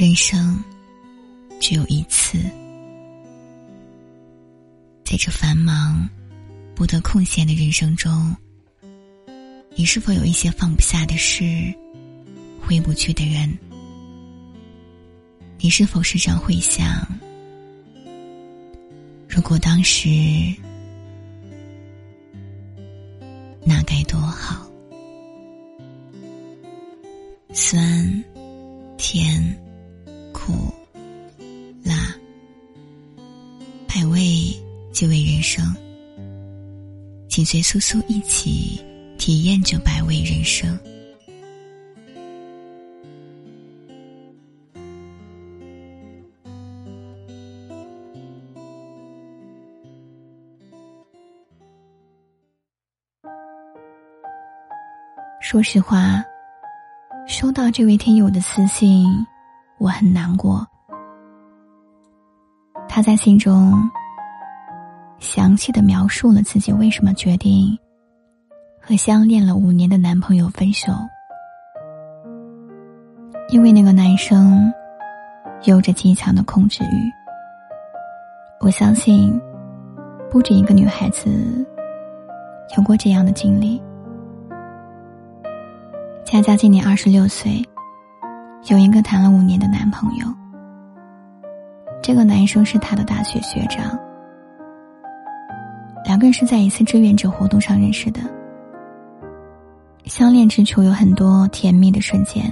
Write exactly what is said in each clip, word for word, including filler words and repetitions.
人生只有一次，在这繁忙不得空闲的人生中，你是否有一些放不下的事，回不去的人？你是否时常会想，如果当时那该多好？酸、甜、苦、辣，百味即为人生。请随苏苏一起体验这百味人生。说实话，收到这位听友的私信，我很难过。他在信中详细地描述了自己为什么决定和相恋了五年的男朋友分手。因为那个男生有着极强的控制欲。我相信不止一个女孩子有过这样的经历。佳佳今年二十六岁，有一个谈了五年的男朋友。这个男生是她的大学学长，两个人是在一次志愿者活动上认识的。相恋之初有很多甜蜜的瞬间。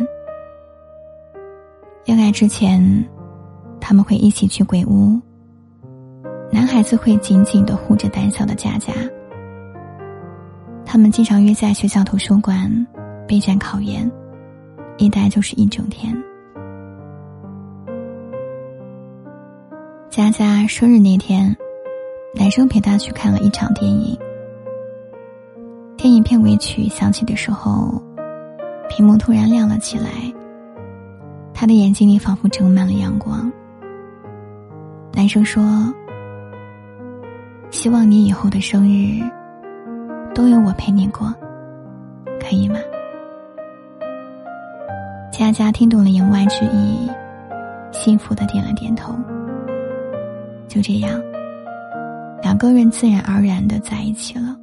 恋爱之前，他们会一起去鬼屋，男孩子会紧紧地护着胆小的佳佳。他们经常约在学校图书馆备战考研，一待就是一整天。佳佳生日那天，男生陪她去看了一场电影。电影片尾曲响起的时候，屏幕突然亮了起来，他的眼睛里仿佛盛满了阳光。男生说，希望你以后的生日都有我陪你过，可以吗？佳佳听懂了言外之意，幸福地点了点头。就这样，两个人自然而然地在一起了。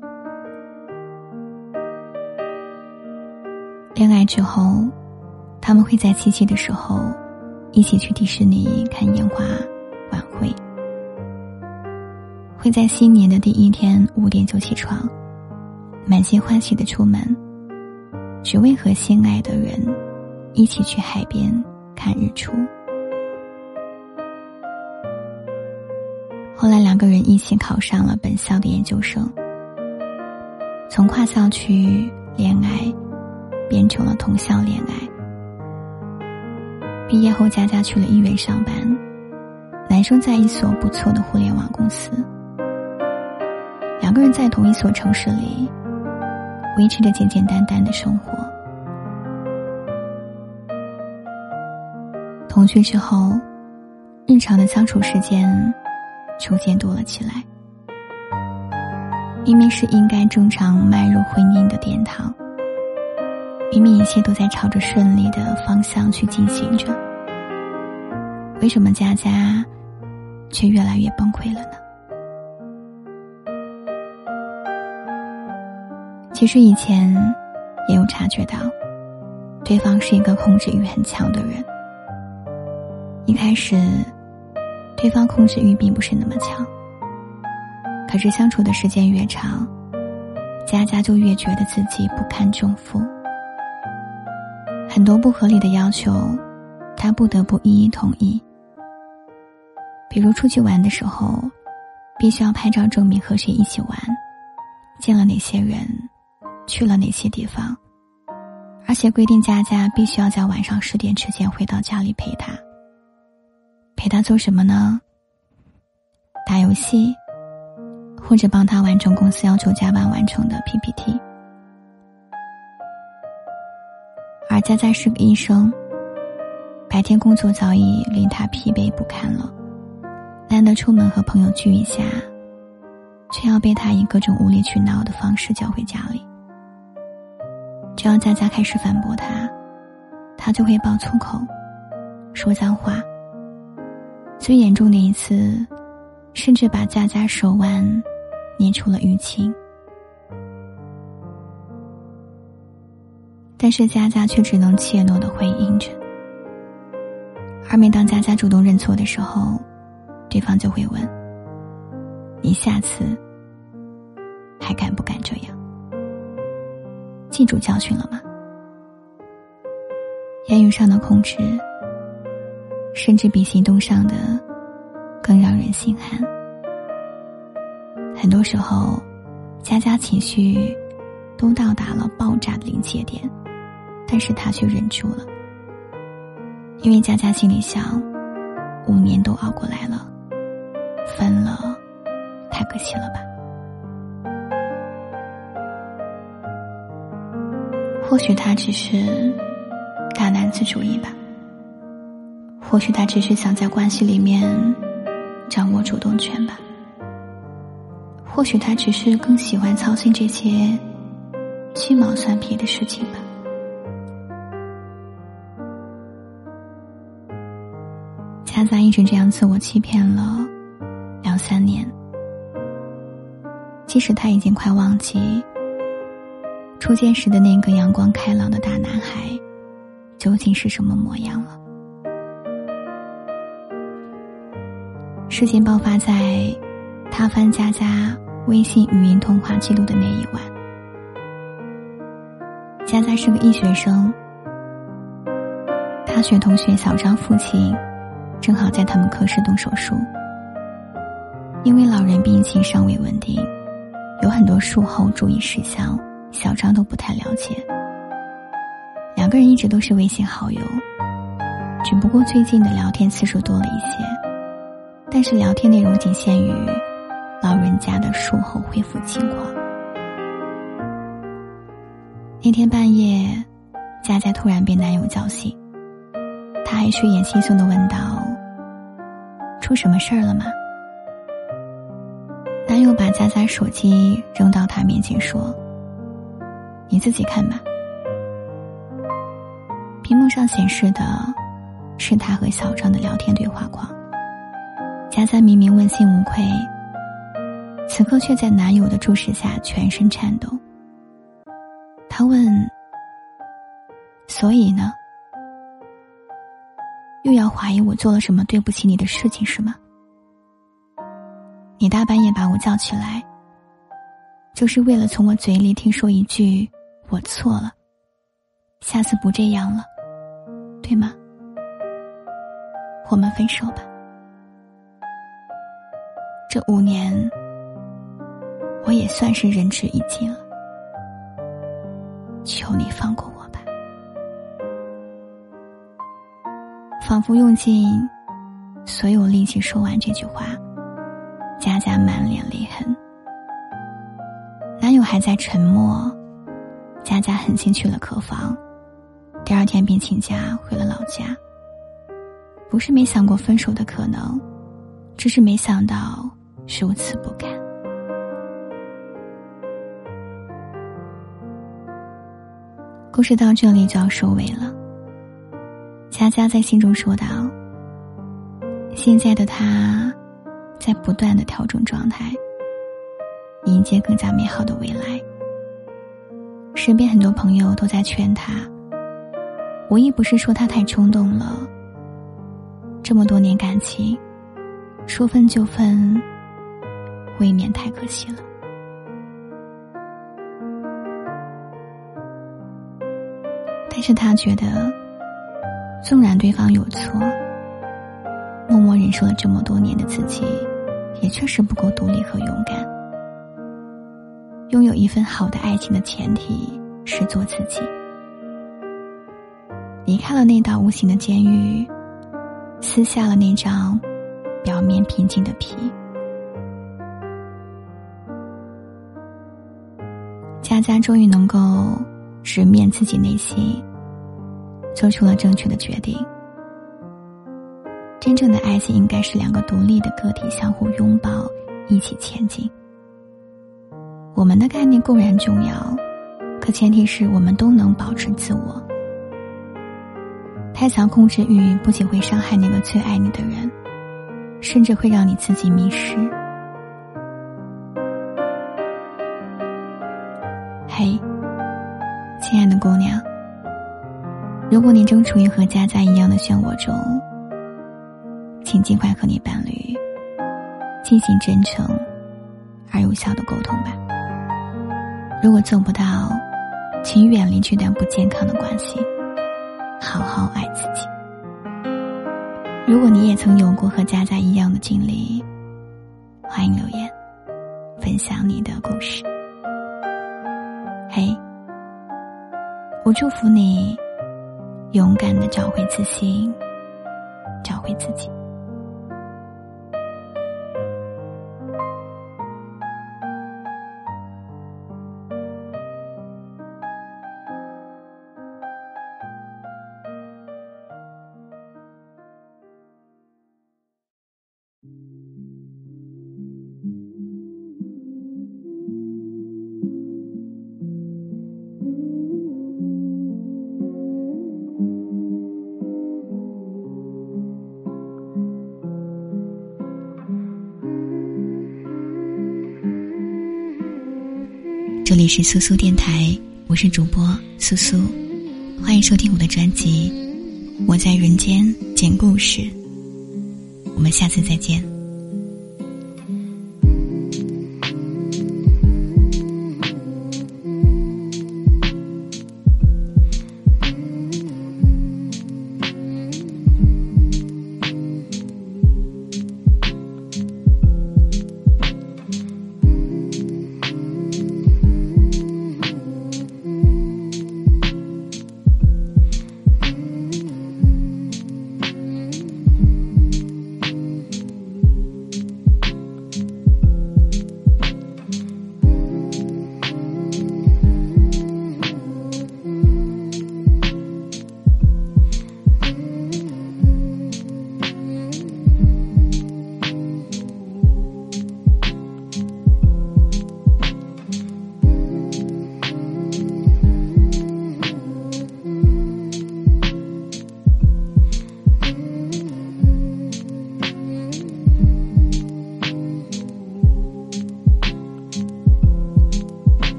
恋爱之后，他们会在七夕的时候一起去迪士尼看烟花晚会，会在新年的第一天五点就起床，满心欢喜地出门，只为和心爱的人一起去海边看日出。后来两个人一起考上了本校的研究生，从跨校区恋爱变成了同校恋爱。毕业后，佳佳去了医院上班，男生在一所不错的互联网公司。两个人在同一所城市里维持着简简单单的生活。同居之后，日常的相处时间逐渐多了起来。明明是应该正常迈入婚姻的殿堂，明明一切都在朝着顺利的方向去进行着，为什么佳佳却越来越崩溃了呢？其实以前也有察觉到，对方是一个控制欲很强的人。一开始对方控制欲并不是那么强，可是相处的时间越长，佳佳就越觉得自己不堪重负。很多不合理的要求，他不得不一一同意。比如出去玩的时候，必须要拍照证明和谁一起玩，见了哪些人，去了哪些地方，而且规定佳佳必须要在晚上十点之前回到家里陪他。陪他做什么呢？打游戏，或者帮他完成公司要求加班完成的 P P T。 而佳佳是个医生，白天工作早已令他疲惫不堪了，难得出门和朋友聚一下，却要被他以各种无理取闹的方式叫回家里。只要佳佳开始反驳他，他就会爆粗口， 说脏话。最严重的一次，甚至把佳佳手腕捏出了淤青。但是佳佳却只能怯懦地回应着。而每当佳佳主动认错的时候，对方就会问：你下次还敢不敢这样？记住教训了吗？言语上的控制，甚至比行动上的更让人心寒。很多时候，佳佳情绪都到达了爆炸的临界点，但是她却忍住了，因为佳佳心里想，五年都熬过来了，分了太可惜了吧。或许他只是大男子主义吧，或许他只是想在关系里面掌握主动权吧，或许他只是更喜欢操心这些鸡毛蒜皮的事情吧。佳佳一直这样自我欺骗了两三年，即使他已经快忘记初见时的那个阳光开朗的大男孩究竟是什么模样了。事情爆发在他翻佳佳微信语音通话记录的那一晚。佳佳是个医学生，大学同学小张父亲正好在他们科室动手术，因为老人病情尚未稳定，有很多术后注意事项小张都不太了解。两个人一直都是微信好友，只不过最近的聊天次数多了一些，但是聊天内容仅限于老人家的术后恢复情况。那天半夜，佳佳突然被男友叫醒，她还睡眼惺忪地问道：出什么事儿了吗？男友把佳佳手机扔到她面前说：你自己看吧。屏幕上显示的是他和小张的聊天对话框。佳佳明明问心无愧，此刻却在男友的注视下全身颤抖。他问：所以呢？又要怀疑我做了什么对不起你的事情是吗？你大半夜把我叫起来，就是为了从我嘴里听说一句我错了，下次不这样了，对吗？我们分手吧。这五年我也算是仁至义尽了，求你放过我吧。仿佛用尽所有力气说完这句话，佳佳满脸泪痕。男友还在沉默，佳佳狠心去了客房，第二天便请假回了老家。不是没想过分手的可能，只是没想到如此不堪。故事到这里就要收尾了。佳佳在信中说道：现在的她在不断地调整状态，迎接更加美好的未来。身边很多朋友都在劝她，无一不是说她太冲动了，这么多年感情，说分就分，未免太可惜了。但是她觉得，纵然对方有错，默默忍受了这么多年的自己，也确实不够独立和勇敢。拥有一份好的爱情的前提是做自己。离开了那道无形的监狱，撕下了那张表面平静的皮。佳佳终于能够直面自己内心，做出了正确的决定。真正的爱情应该是两个独立的个体相互拥抱，一起前进。我们的概念固然重要，可前提是我们都能保持自我。 太强控制欲不仅会伤害那个最爱你的人，甚至会让你自己迷失。嘿，亲爱的姑娘，如果你正处于和佳佳一样的漩涡中，请尽快和你伴侣进行真诚而有效的沟通吧。如果做不到，请远离这段不健康的关系，好好爱自己。如果你也曾有过和佳佳一样的经历，欢迎留言分享你的故事。嘿，我祝福你勇敢地找回自信，找回自己。 这里是苏苏电台，我是主播苏苏，欢迎收听我的专辑《我在人间讲故事》，我们下次再见。